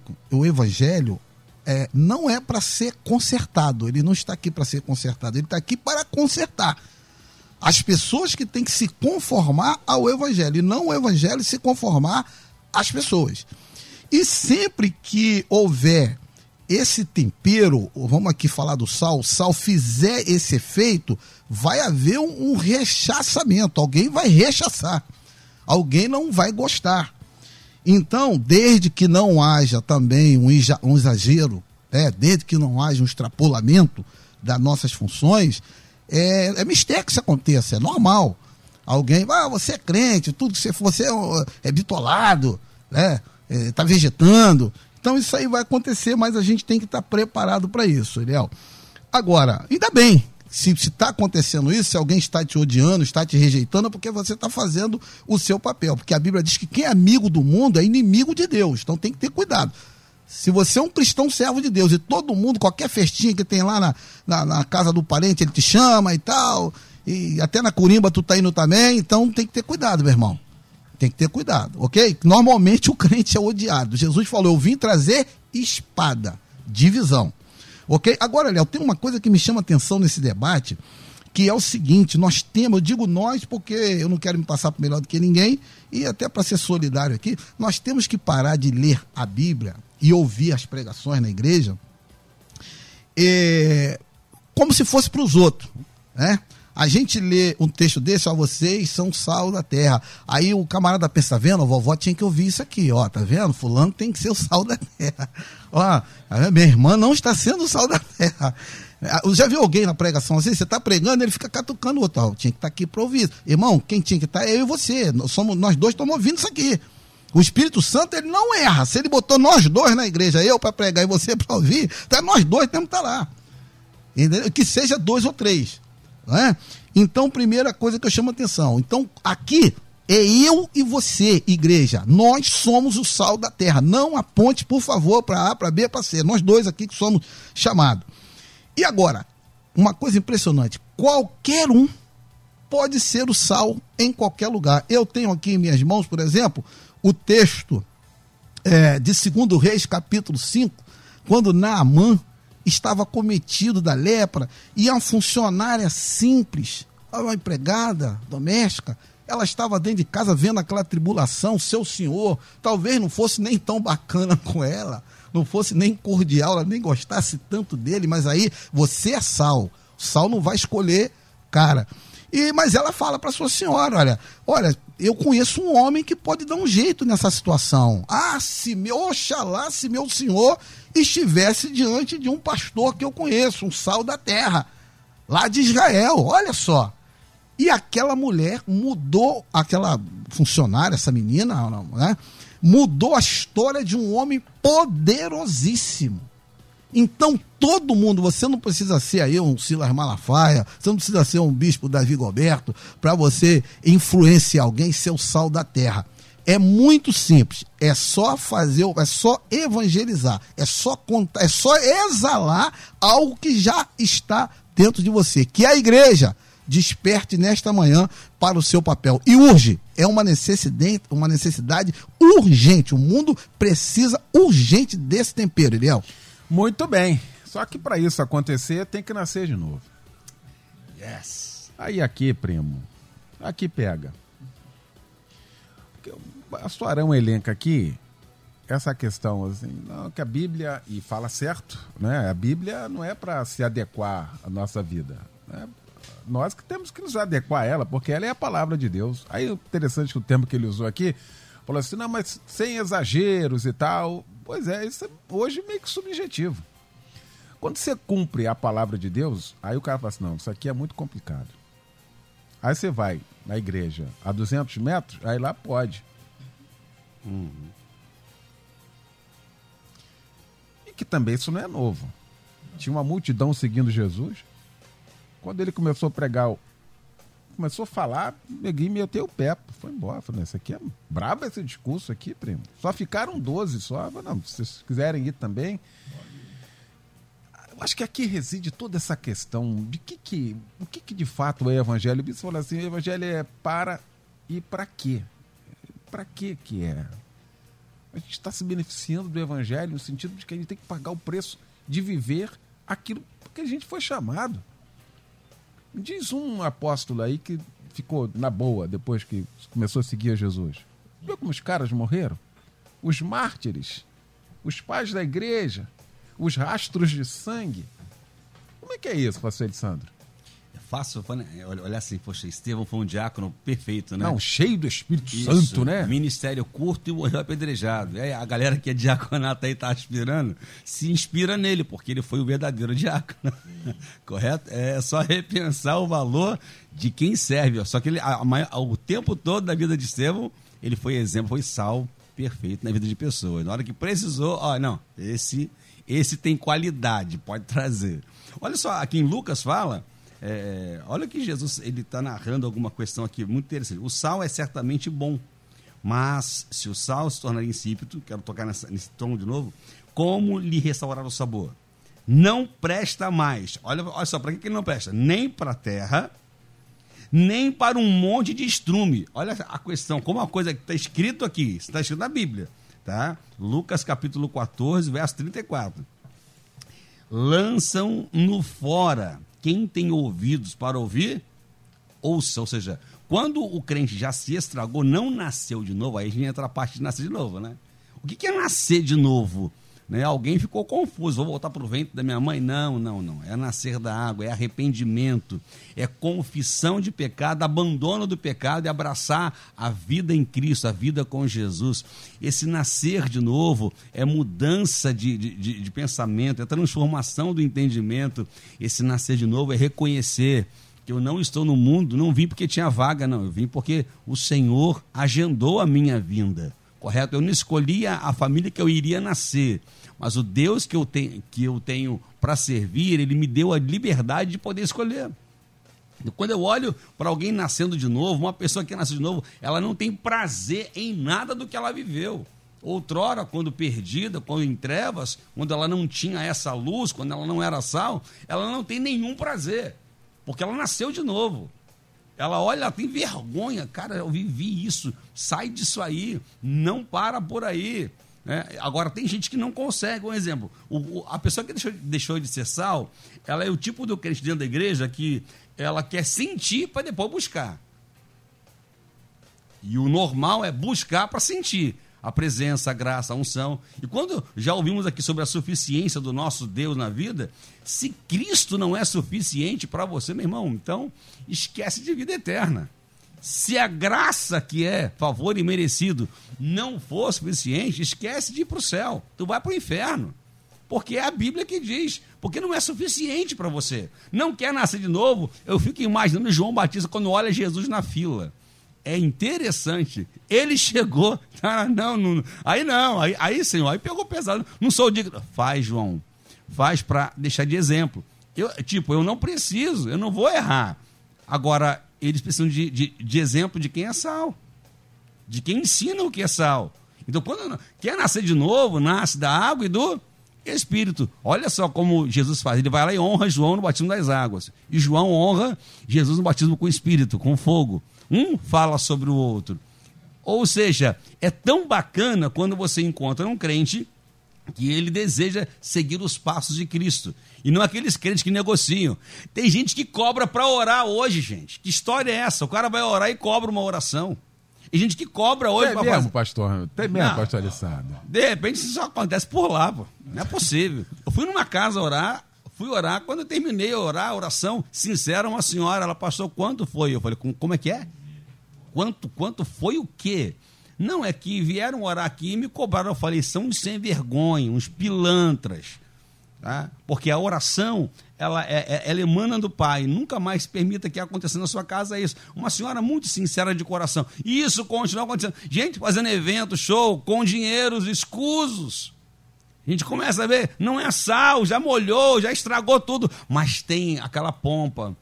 não é para ser consertado, ele não está aqui para ser consertado, ele está aqui para consertar as pessoas que têm que se conformar ao evangelho, e não o evangelho se conformar às pessoas. E sempre que houver esse tempero, vamos aqui falar do sal, o sal fizer esse efeito, vai haver um rechaçamento, alguém vai rechaçar, alguém não vai gostar. Então, desde que não haja também um exagero, desde que não haja um extrapolamento das nossas funções, é mistério que isso aconteça, é normal. Alguém, você é crente, tudo que você é bitolado, está vegetando. Então isso aí vai acontecer, mas a gente tem que estar preparado para isso, Eliel. Agora, ainda bem, se está acontecendo isso, se alguém está te odiando, está te rejeitando, é porque você está fazendo o seu papel. Porque a Bíblia diz que quem é amigo do mundo é inimigo de Deus. Então tem que ter cuidado. Se você é um cristão servo de Deus e todo mundo, qualquer festinha que tem lá na casa do parente, ele te chama e tal, e até na corimba tu tá indo também, então tem que ter cuidado, meu irmão. Tem que ter cuidado, ok? Normalmente o crente é odiado. Jesus falou, eu vim trazer espada, divisão. Ok? Agora, Léo, tem uma coisa que me chama atenção nesse debate, que é o seguinte, nós temos, eu digo nós porque eu não quero me passar por melhor do que ninguém, e até para ser solidário aqui, nós temos que parar de ler a Bíblia e ouvir as pregações na igreja como se fosse para os outros, né? A gente lê um texto desse, vocês são sal da terra. Aí o camarada pensa, vendo, a vovó tinha que ouvir isso aqui, tá vendo? Fulano tem que ser o sal da terra. Minha irmã não está sendo o sal da terra. Já viu alguém na pregação assim? Você está pregando, ele fica catucando o outro. Tinha que estar aqui para ouvir. Irmão, quem tinha que estar é eu e você. Nós dois estamos ouvindo isso aqui. O Espírito Santo, ele não erra. Se ele botou nós dois na igreja, eu para pregar e você para ouvir, então nós dois temos que estar lá. Entendeu? Que seja 2 ou 3. Não é? Então, primeira coisa que eu chamo a atenção. Então, aqui é eu e você, igreja. Nós somos o sal da terra. Não aponte, por favor, para A, para B, para C. Nós dois aqui que somos chamados. E agora, uma coisa impressionante. Qualquer um pode ser o sal em qualquer lugar. Eu tenho aqui em minhas mãos, por exemplo, o texto de 2 Reis, capítulo 5, quando Naamã estava cometido da lepra, e a funcionária simples, uma empregada doméstica, ela estava dentro de casa vendo aquela tribulação, seu senhor talvez não fosse nem tão bacana com ela, não fosse nem cordial, ela nem gostasse tanto dele, mas aí você é sal, o sal não vai escolher cara. Mas ela fala para sua senhora, olha, eu conheço um homem que pode dar um jeito nessa situação. Oxalá se meu senhor estivesse diante de um pastor que eu conheço, um sal da terra, lá de Israel, olha só. E aquela mulher mudou, aquela funcionária, essa menina, né, mudou a história de um homem poderosíssimo. Então, todo mundo, você não precisa ser aí um Silas Malafaia, você não precisa ser um bispo Davi Goberto para você influenciar alguém, ser o sal da terra. É muito simples, é só evangelizar, é só contar, é só exalar algo que já está dentro de você. Que a igreja desperte nesta manhã para o seu papel. E urge, é uma necessidade urgente. O mundo precisa urgente desse tempero, Eliel. Muito bem. Só que para isso acontecer, tem que nascer de novo. Yes. Aí aqui, primo, aqui pega. A Pastor Arão elenca aqui essa questão, assim, não, que a Bíblia, e fala certo, né? A Bíblia não é para se adequar à nossa vida, né? Nós que temos que nos adequar a ela, porque ela é a palavra de Deus. Aí, interessante que o termo que ele usou aqui, falou assim, não, mas sem exageros e tal. Pois é, isso é hoje meio que subjetivo. Quando você cumpre a palavra de Deus, aí o cara fala assim, não, isso aqui é muito complicado. Aí você vai na igreja a 200 metros, aí lá pode. E que também isso não é novo. Tinha uma multidão seguindo Jesus. Quando ele começou a pregar, começou a falar, neguinho meteu o pé, foi embora. Falei, isso aqui é brabo esse discurso aqui, primo. Só ficaram 12 só. Falei, não, se vocês quiserem ir também. Eu acho que aqui reside toda essa questão de o que de fato é evangelho. Você fala assim, o evangelho é para e para quê? Para quê que é? A gente está se beneficiando do evangelho no sentido de que a gente tem que pagar o preço de viver aquilo que a gente foi chamado. Diz um apóstolo aí que ficou na boa depois que começou a seguir a Jesus. Viu como os caras morreram? Os mártires, os pais da igreja, os rastros de sangue. Como é que é isso, pastor Elisandro? É fácil olhar assim, poxa, Estevão foi um diácono perfeito, né? Não, cheio do Espírito Isso, Santo, né? Ministério curto e morreu apedrejado. Aí a galera que é diaconato aí tá aspirando, se inspira nele, porque ele foi o verdadeiro diácono. Correto? É só repensar o valor de quem serve. Ó. Só que ele, o tempo todo da vida de Estevão, ele foi exemplo, foi sal perfeito na vida de pessoas. Na hora que precisou, não, esse tem qualidade, pode trazer. Olha só, aqui em Lucas fala... olha que Jesus ele está narrando alguma questão aqui muito interessante. O sal é certamente bom, mas se o sal se tornar insípido, quero tocar nesse tom de novo, como lhe restaurar o sabor? Não presta mais. Olha só, para que ele não presta? Nem para a terra, nem para um monte de estrume. Olha a questão, como uma coisa que está escrito aqui, está escrito na Bíblia, tá? Lucas capítulo 14, verso 34. Lançam-no fora. Quem tem ouvidos para ouvir, ouça. Ou seja, quando o crente já se estragou, não nasceu de novo, aí a gente entra a parte de nascer de novo, né? O que é nascer de novo? Né? Alguém ficou confuso, vou voltar para o ventre da minha mãe? Não. É nascer da água, é arrependimento, é confissão de pecado, abandono do pecado e abraçar a vida em Cristo, a vida com Jesus. Esse nascer de novo é mudança de pensamento, é transformação do entendimento. Esse nascer de novo é reconhecer que eu não estou no mundo, não vim porque tinha vaga, não. Eu vim porque o Senhor agendou a minha vinda. Correto? Eu não escolhi a família que eu iria nascer, mas o Deus que eu tenho para servir, ele me deu a liberdade de poder escolher. Quando eu olho para alguém nascendo de novo, uma pessoa que nasceu de novo, ela não tem prazer em nada do que ela viveu. Outrora, quando perdida, quando em trevas, quando ela não tinha essa luz, quando ela não era sal, ela não tem nenhum prazer, porque ela nasceu de novo. Ela olha, ela tem vergonha, cara, eu vivi isso, sai disso aí, não para por aí. Né? Agora, tem gente que não consegue, um exemplo, a pessoa que deixou de ser sal, ela é o tipo do crente dentro da igreja que ela quer sentir para depois buscar. E o normal é buscar para sentir a presença, a graça, a unção. E quando já ouvimos aqui sobre a suficiência do nosso Deus na vida, se Cristo não é suficiente para você, meu irmão, então esquece de vida eterna. Se a graça que é favor imerecido não for suficiente, esquece de ir para o céu. Tu vai para o inferno. Porque é a Bíblia que diz, porque não é suficiente para você. Não quer nascer de novo? Eu fico imaginando João Batista quando olha Jesus na fila. É interessante. Ele chegou. Aí, Senhor, aí pegou pesado. Não sou digno. Faz, João. Faz para deixar de exemplo. Eu não preciso, eu não vou errar. Agora, eles precisam de exemplo de quem é sal. De quem ensina o que é sal. Então, quando quer nascer de novo, nasce da água e do Espírito. Olha só como Jesus faz. Ele vai lá e honra João no batismo das águas. E João honra Jesus no batismo com o Espírito, com fogo. Um fala sobre o outro. Ou seja, é tão bacana quando você encontra um crente que ele deseja seguir os passos de Cristo. E não aqueles crentes que negociam. Tem gente que cobra para orar hoje, gente. Que história é essa? O cara vai orar e cobra uma oração. Tem gente que cobra hoje Tem mesmo, pastor? Tem mesmo, pastor Alessandro? De repente isso só acontece por lá, pô. Não é possível. Eu fui numa casa fui orar, quando eu terminei a orar, a oração sincera, uma senhora, ela passou, quanto foi? Eu falei, como é que é? Quanto foi o quê? Não, é que vieram orar aqui e me cobraram. Eu falei, são uns sem vergonha, uns pilantras. Tá? Porque a oração, ela emana do Pai. Nunca mais permita que aconteça na sua casa isso. Uma senhora muito sincera de coração. E isso continua acontecendo. Gente fazendo evento, show, com dinheiros escusos. A gente começa a ver, não é sal, já molhou, já estragou tudo. Mas tem aquela pompa,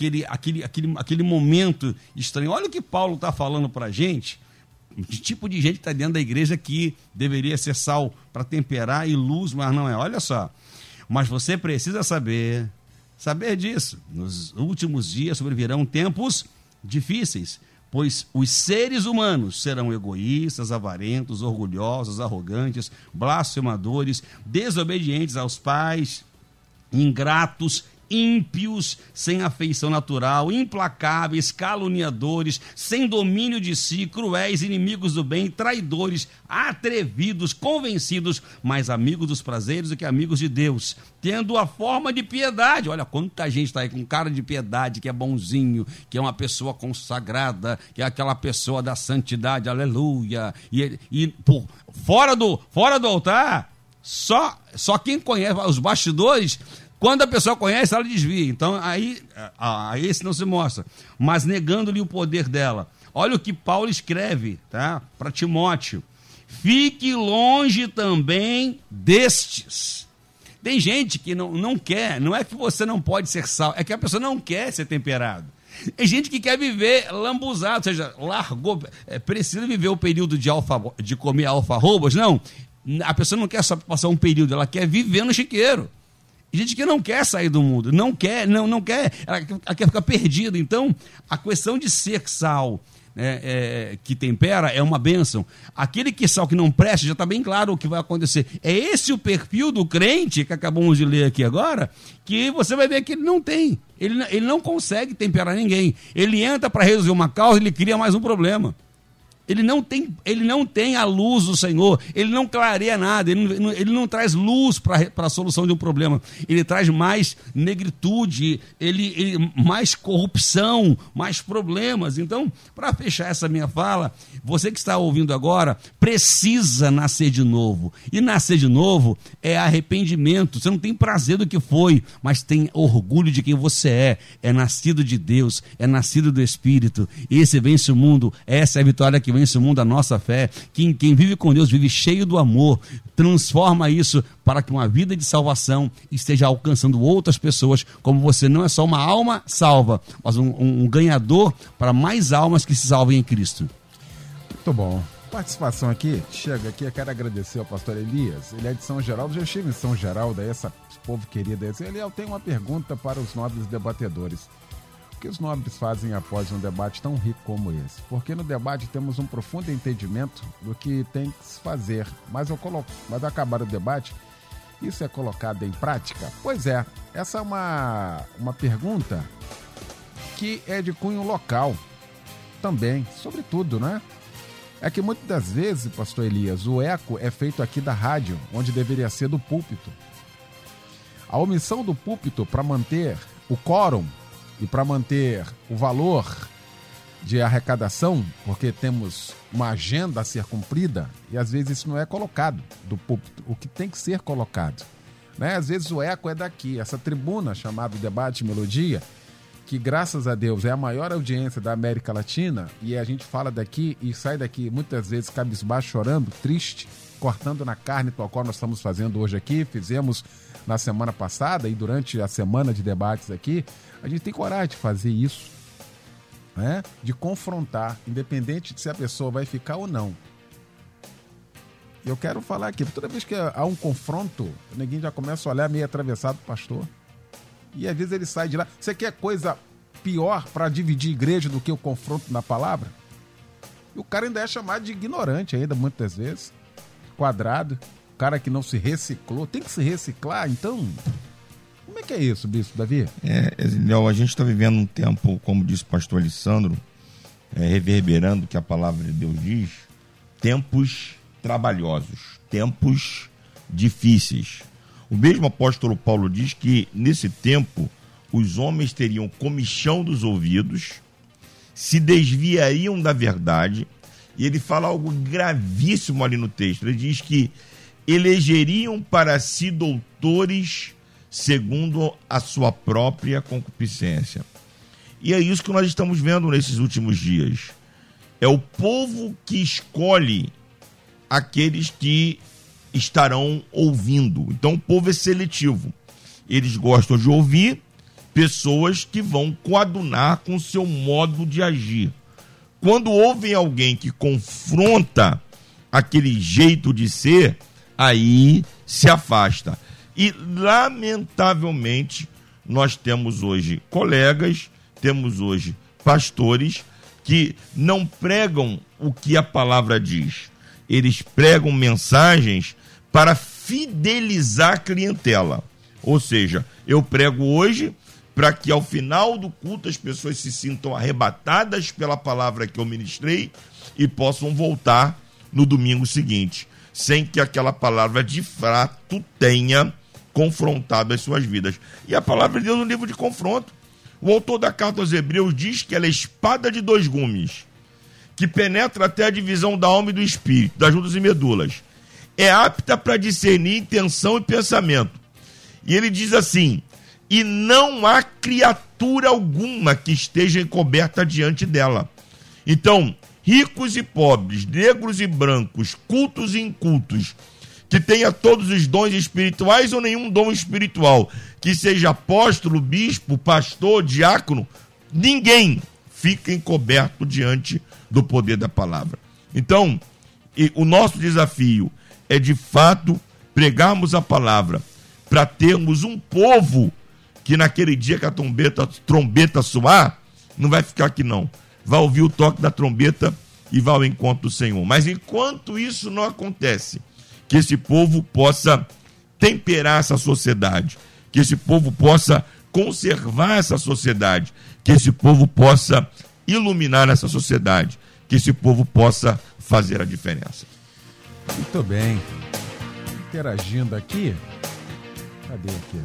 aquele momento estranho. Olha o que Paulo está falando para a gente. Que tipo de gente está dentro da igreja que deveria ser sal para temperar e luz, mas não é. Olha só. Mas você precisa saber disso. Nos últimos dias sobrevirão tempos difíceis, pois os seres humanos serão egoístas, avarentos, orgulhosos, arrogantes, blasfemadores, desobedientes aos pais, ingratos, ímpios, sem afeição natural, implacáveis, caluniadores, sem domínio de si, cruéis, inimigos do bem, traidores, atrevidos, convencidos, mais amigos dos prazeres do que amigos de Deus, tendo a forma de piedade. Olha quanta gente está aí com cara de piedade, que é bonzinho, que é uma pessoa consagrada, que é aquela pessoa da santidade, aleluia, e fora do altar, só quem conhece os bastidores. Quando a pessoa conhece, ela desvia. Então, aí esse não se mostra. Mas negando-lhe o poder dela. Olha o que Paulo escreve, tá? Para Timóteo. Fique longe também destes. Tem gente que não quer. Não é que você não pode ser sal. É que a pessoa não quer ser temperado. Tem gente que quer viver lambuzado. Ou seja, precisa viver o período de comer alfarrobas. Não. A pessoa não quer só passar um período. Ela quer viver no chiqueiro. Gente que não quer sair do mundo, não quer, ela quer ficar perdida. Então, a questão de ser sal, que tempera, é uma bênção. Aquele sal que não presta, já está bem claro o que vai acontecer. É esse o perfil do crente, que acabamos de ler aqui agora, que você vai ver que ele não tem. Ele não consegue temperar ninguém. Ele entra para resolver uma causa, ele cria mais um problema. Ele não tem a luz do Senhor, ele não clareia nada, ele não traz luz para a solução de um problema, ele traz mais negritude, mais corrupção, mais problemas. Então, para fechar essa minha fala, você que está ouvindo agora, precisa nascer de novo, e nascer de novo é arrependimento. Você não tem prazer do que foi, mas tem orgulho de quem você é nascido de Deus, é nascido do Espírito. Esse vence o mundo, essa é a vitória que vence o mundo, a nossa fé. Quem vive com Deus vive cheio do amor, transforma isso para que uma vida de salvação esteja alcançando outras pessoas, como você. Não é só uma alma salva, mas um ganhador para mais almas que se salvem em Cristo. Muito bom. Participação aqui, chega aqui, eu quero agradecer ao pastor Elias. Ele é de São Geraldo, já estive em São Geraldo, esse povo querido. Elias, tem uma pergunta para os nobres debatedores. O que os nobres fazem após um debate tão rico como esse? Porque no debate temos um profundo entendimento do que tem que se fazer, mas ao acabar o debate, isso é colocado em prática? Pois é, essa é uma pergunta que é de cunho local também, sobretudo, né? É que muitas das vezes, pastor Elias, o eco é feito aqui da rádio, onde deveria ser do púlpito. A omissão do púlpito para manter o quórum e para manter o valor de arrecadação, porque temos uma agenda a ser cumprida, e às vezes isso não é colocado do púlpito, o que tem que ser colocado, né? Às vezes o eco é daqui, essa tribuna chamada Debate Melodia, que graças a Deus é a maior audiência da América Latina, e a gente fala daqui e sai daqui muitas vezes cabisbaixo, chorando, triste, cortando na carne, tal qual nós estamos fazendo hoje aqui, fizemos na semana passada e durante a semana de debates aqui. A gente tem coragem de fazer isso, né? De confrontar, independente de se a pessoa vai ficar ou não. Eu quero falar aqui, toda vez que há um confronto, o neguinho já começa a olhar meio atravessado pro pastor. E às vezes ele sai de lá. Você quer coisa pior para dividir igreja do que o confronto na palavra? E o cara ainda é chamado de ignorante ainda, muitas vezes. Quadrado. O cara que não se reciclou. Tem que se reciclar, então... Como é que é isso, Bispo Davi? Léo, a gente está vivendo um tempo, como disse o pastor Alessandro, reverberando o que a palavra de Deus diz, tempos trabalhosos, tempos difíceis. O mesmo apóstolo Paulo diz que nesse tempo os homens teriam comichão dos ouvidos, se desviariam da verdade, e ele fala algo gravíssimo ali no texto. Ele diz que elegeriam para si doutores segundo a sua própria concupiscência. E é isso que nós estamos vendo nesses últimos dias. É o povo que escolhe aqueles que estarão ouvindo. Então o povo é seletivo. Eles gostam de ouvir pessoas que vão coadunar com o seu modo de agir. Quando ouvem alguém que confronta aquele jeito de ser, aí se afasta. E, lamentavelmente, nós temos hoje colegas, temos hoje pastores que não pregam o que a palavra diz. Eles pregam mensagens para fidelizar a clientela. Ou seja, eu prego hoje para que ao final do culto as pessoas se sintam arrebatadas pela palavra que eu ministrei e possam voltar no domingo seguinte, sem que aquela palavra de fato tenha confrontado as suas vidas. E a palavra de Deus é um livro de confronto. O autor da carta aos Hebreus diz que ela é espada de dois gumes, que penetra até a divisão da alma e do espírito, das juntas e medulas. É apta para discernir intenção e pensamento. E ele diz assim: e não há criatura alguma que esteja encoberta diante dela. Então, ricos e pobres, negros e brancos, cultos e incultos, que tenha todos os dons espirituais ou nenhum dom espiritual, que seja apóstolo, bispo, pastor, diácono, ninguém fica encoberto diante do poder da palavra. Então, o nosso desafio é de fato pregarmos a palavra para termos um povo que naquele dia que a trombeta soar, não vai ficar aqui não. Vai ouvir o toque da trombeta e vai ao encontro do Senhor. Mas enquanto isso não acontece, que esse povo possa temperar essa sociedade, que esse povo possa conservar essa sociedade, que esse povo possa iluminar essa sociedade, que esse povo possa fazer a diferença. Muito bem. Interagindo aqui. Cadê aqui?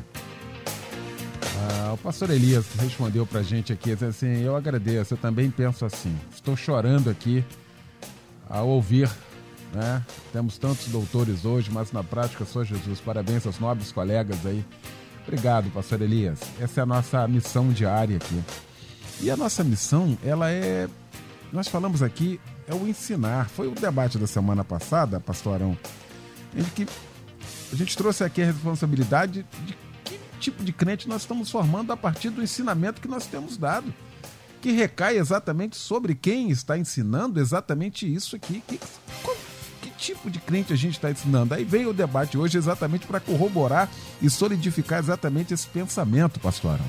O pastor Elias respondeu pra gente aqui, assim: eu agradeço, eu também penso assim. Estou chorando aqui ao ouvir, né? Temos tantos doutores hoje, mas na prática sou Jesus. Parabéns aos nobres colegas aí. Obrigado, pastor Elias. Essa é a nossa missão diária aqui. E a nossa missão, ela é... Nós falamos aqui, é o ensinar. Foi o debate da semana passada, pastorão, em que a gente trouxe aqui a responsabilidade de que tipo de crente nós estamos formando a partir do ensinamento que nós temos dado, que recai exatamente sobre quem está ensinando exatamente isso aqui. Que tipo de crente a gente está ensinando? Aí vem o debate hoje exatamente para corroborar e solidificar exatamente esse pensamento, pastorão.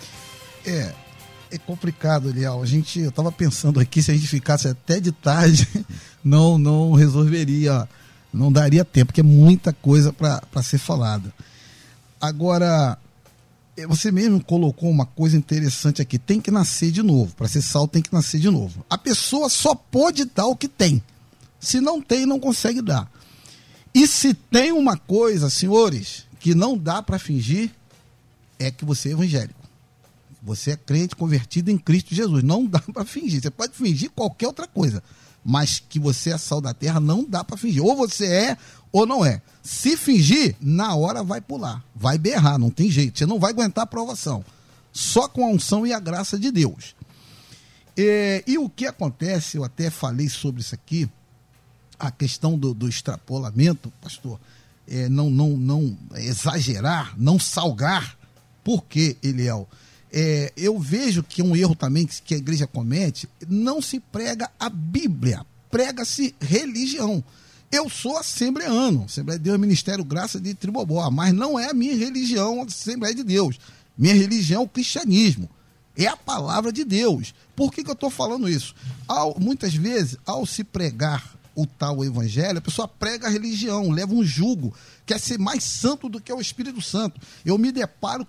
É complicado, Eliel. Eu estava pensando aqui, se a gente ficasse até de tarde, não resolveria, não daria tempo, porque é muita coisa para ser falada. Agora, você mesmo colocou uma coisa interessante aqui: tem que nascer de novo. Para ser salvo, tem que nascer de novo. A pessoa só pode dar o que tem. Se não tem, não consegue dar. E se tem uma coisa, senhores, que não dá para fingir, é que você é evangélico. Você é crente convertido em Cristo Jesus. Não dá para fingir. Você pode fingir qualquer outra coisa, mas que você é sal da terra, não dá para fingir. Ou você é ou não é. Se fingir, na hora vai pular, vai berrar, não tem jeito. Você não vai aguentar a provação. Só com a unção e a graça de Deus. E o que acontece, eu até falei sobre isso aqui, a questão do extrapolamento, pastor, não exagerar, não salgar. Por quê, Eliel? Eu vejo que um erro também que a igreja comete: não se prega a Bíblia, prega-se religião. Eu sou assembleano, Assembleia de Deus, Ministério Graça de Tribobó, mas não é a minha religião, a Assembleia de Deus. Minha religião é o cristianismo, é a palavra de Deus. Por que eu estou falando isso? Muitas vezes, ao se pregar o tal evangelho, a pessoa prega a religião, leva um jugo, quer ser mais santo do que o Espírito Santo. Eu me deparo com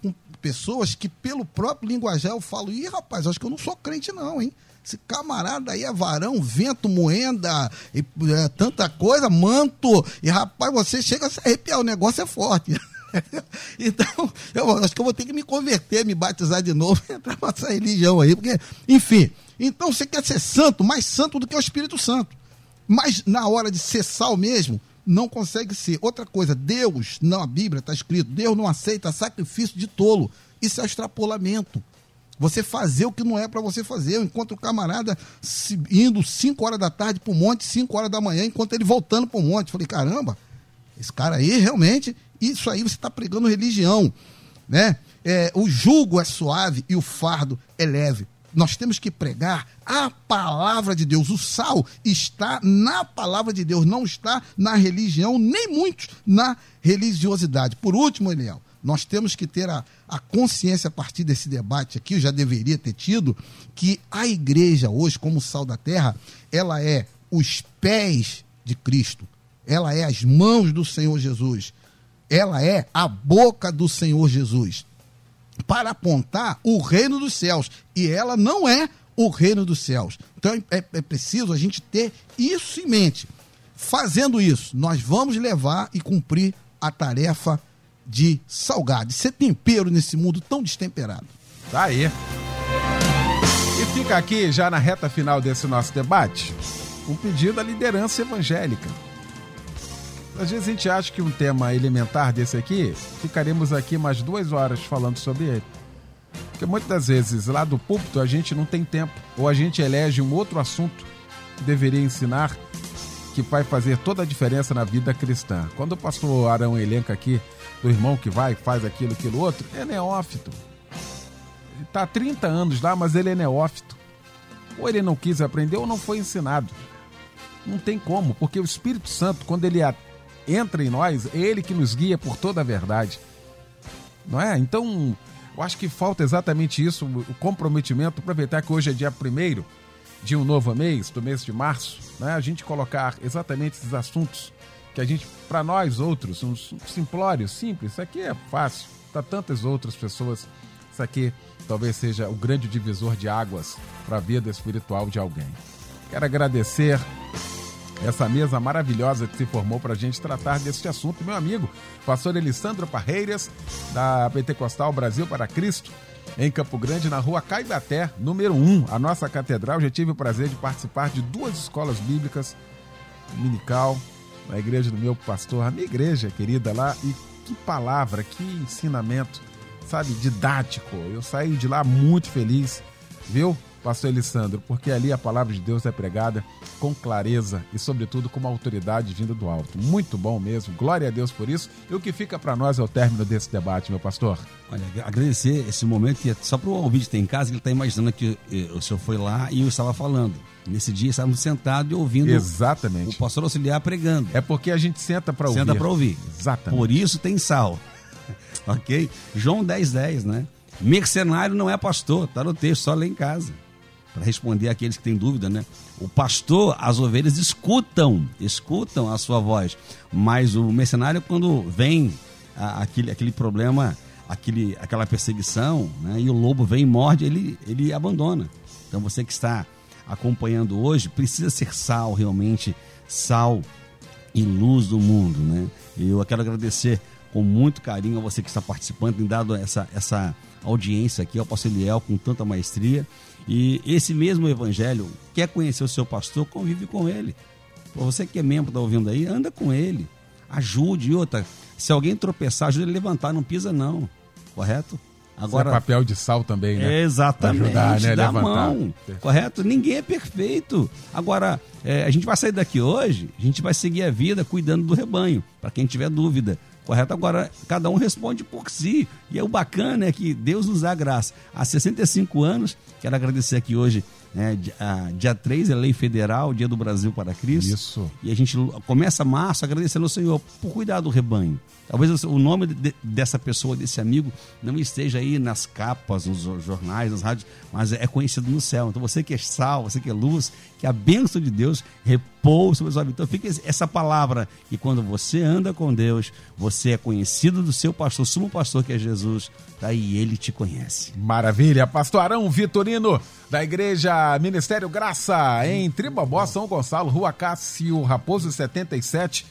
pessoas que pelo próprio linguajar eu falo, ih, rapaz, acho que eu não sou crente não, hein? Esse camarada aí é varão, vento, moenda, e, tanta coisa, manto, e rapaz, você chega a se arrepiar, o negócio é forte. Então, eu acho que eu vou ter que me converter, me batizar de novo, entrar nessa religião aí, porque, enfim, então você quer ser santo, mais santo do que o Espírito Santo, mas na hora de ser sal mesmo, não consegue ser. Outra coisa, Deus, não, a Bíblia está escrito, Deus não aceita sacrifício de tolo. Isso é extrapolamento. Você fazer o que não é para você fazer. Eu encontro o camarada indo 5 horas da tarde para o monte, 5 horas da manhã, enquanto ele voltando para o monte. Falei, caramba, esse cara aí realmente, isso aí você está pregando religião, né? O jugo é suave e o fardo é leve. Nós temos que pregar a palavra de Deus. O sal está na palavra de Deus, não está na religião, nem muito na religiosidade. Por último, Eliel, nós temos que ter a consciência a partir desse debate aqui, eu já deveria ter tido, que a igreja hoje, como sal da terra, ela é os pés de Cristo, ela é as mãos do Senhor Jesus, ela é a boca do Senhor Jesus, para apontar o reino dos céus, e ela não é o reino dos céus. Então é preciso a gente ter isso em mente. Fazendo isso, nós vamos levar e cumprir a tarefa de salgar, de ser tempero nesse mundo tão destemperado. Tá aí. E fica aqui, já na reta final desse nosso debate, um pedido à liderança evangélica. Às vezes a gente acha que um tema elementar desse aqui, ficaremos aqui mais 2 horas falando sobre ele. Porque muitas das vezes, lá do púlpito, a gente não tem tempo. Ou a gente elege um outro assunto que deveria ensinar, que vai fazer toda a diferença na vida cristã. Quando o pastor Arão elenca aqui, do irmão que vai, faz aquilo outro, é neófito. Ele está há 30 anos lá, mas ele é neófito. Ou ele não quis aprender ou não foi ensinado. Não tem como, porque o Espírito Santo, quando ele entra em nós, é ele que nos guia por toda a verdade. Não é? Então, eu acho que falta exatamente isso, o comprometimento, aproveitar que hoje é dia 1º de um novo mês, do mês de março, né? A gente colocar exatamente esses assuntos que a gente, para nós outros, um simplório, simples, isso aqui é fácil, para tantas outras pessoas, isso aqui talvez seja o grande divisor de águas para a vida espiritual de alguém. Quero agradecer essa mesa maravilhosa que se formou para a gente tratar deste assunto. Meu amigo, pastor Elisandro Parreiras, da Pentecostal Brasil para Cristo, em Campo Grande, na rua Caibaté, número 1, a nossa catedral. Já tive o prazer de participar de 2 escolas bíblicas dominical, na igreja do meu pastor, a minha igreja querida lá, e que palavra, que ensinamento, sabe, didático. Eu saí de lá muito feliz, viu, pastor Elisandro, porque ali a palavra de Deus é pregada com clareza e, sobretudo, com uma autoridade vinda do alto. Muito bom mesmo, glória a Deus por isso. E o que fica para nós é o término desse debate, meu pastor. Olha, agradecer esse momento, que só para o ouvinte que tem em casa, ele está imaginando que o senhor foi lá e eu estava falando. Nesse dia estávamos sentados e ouvindo. Exatamente. O pastor auxiliar pregando. É porque a gente senta para ouvir. Senta para ouvir. Exatamente. Por isso tem sal. Ok? João 10:10, né? Mercenário não é pastor, está no texto, só lê em casa. Para responder àqueles que têm dúvida, né? O pastor, as ovelhas escutam a sua voz, mas o mercenário, quando vem aquele problema, aquela perseguição, né? E o lobo vem e morde, ele abandona. Então você que está acompanhando hoje, precisa ser sal realmente, sal e luz do mundo, né? E eu quero agradecer com muito carinho a você que está participando, tem dado essa audiência aqui ao pastor Eliel com tanta maestria. E esse mesmo evangelho, quer conhecer o seu pastor, convive com ele. Você que é membro, está ouvindo aí, anda com ele, ajude. E outra, se alguém tropeçar, ajude ele a levantar, não pisa não, correto? Agora, é papel de sal também, né? Exatamente, ajudar, né? Dá levantar. Mão, correto? Ninguém é perfeito. Agora, a gente vai sair daqui hoje, a gente vai seguir a vida cuidando do rebanho, para quem tiver dúvida. Correto? Agora, cada um responde por si. E o bacana é que Deus nos dá graça. Há 65 anos, quero agradecer aqui hoje Dia 3 é lei federal, dia do Brasil para Cristo. Isso. E a gente começa março agradecendo ao Senhor por cuidar do rebanho. Talvez o nome dessa pessoa, desse amigo, não esteja aí nas capas, nos jornais, nas rádios, mas é conhecido no céu. Então você que é sal, você que é luz, que a bênção de Deus repousa sobre a sua vida. Então fica essa palavra, que quando você anda com Deus, você é conhecido do seu pastor, sumo pastor, que é Jesus, tá? E ele te conhece. Maravilha. Pastor Arão Vitorino, da Igreja Ministério Graça, em Tribobó, São Gonçalo, Rua Cássio Raposo 77.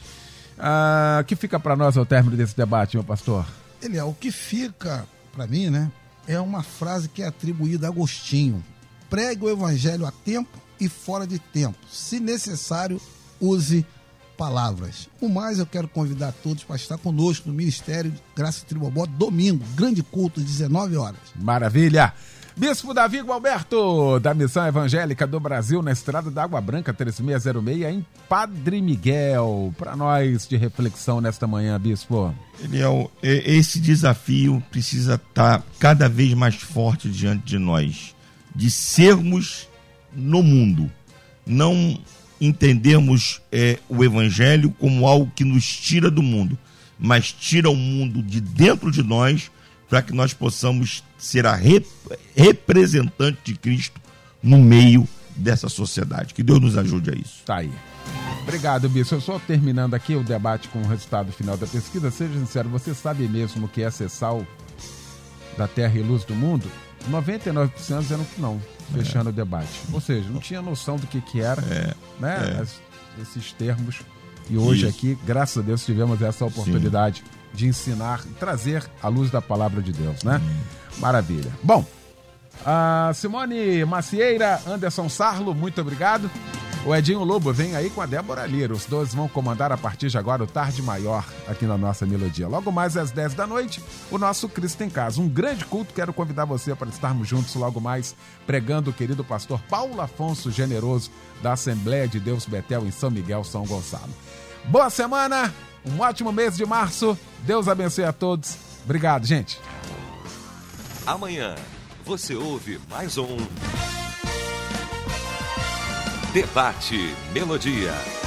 Que fica para nós ao término desse debate, meu pastor? O que fica para mim, né, é uma frase que é atribuída a Agostinho: pregue o evangelho a tempo e fora de tempo. Se necessário, use palavras. O mais, eu quero convidar todos para estar conosco no Ministério Graça Tribobó, domingo, grande culto, 19 horas. Maravilha! Bispo Davi Gualberto, da Missão Evangélica do Brasil, na Estrada da Água Branca, 3606, em Padre Miguel. Para nós de reflexão nesta manhã, Bispo. Eliel, esse desafio precisa estar cada vez mais forte diante de nós, de sermos no mundo, não entendermos o Evangelho como algo que nos tira do mundo, mas tira o mundo de dentro de nós, para que nós possamos ser a representante de Cristo no meio dessa sociedade. Que Deus nos ajude a isso. Tá aí. Obrigado, Bispo. Eu só terminando aqui o debate com o resultado final da pesquisa. Seja sincero, você sabe mesmo o que é ser sal da terra e luz do mundo? 99% dizendo que não, fechando o debate. Ou seja, não tinha noção do que era, né? Esses termos. E hoje aqui, graças a Deus, tivemos essa oportunidade de ensinar, trazer a luz da palavra de Deus, né? Maravilha. Bom, a Simone Macieira, Anderson Sarlo, muito obrigado. O Edinho Lobo vem aí com a Débora Lira. Os dois vão comandar a partir de agora o Tarde Maior aqui na nossa Melodia. Logo mais às 10 da noite, o nosso Cristo em Casa. Um grande culto. Quero convidar você para estarmos juntos logo mais, pregando o querido pastor Paulo Afonso Generoso, da Assembleia de Deus Betel, em São Miguel, São Gonçalo. Boa semana, um ótimo mês de março. Deus abençoe a todos. Obrigado, gente. Amanhã você ouve mais um Debate Melodia.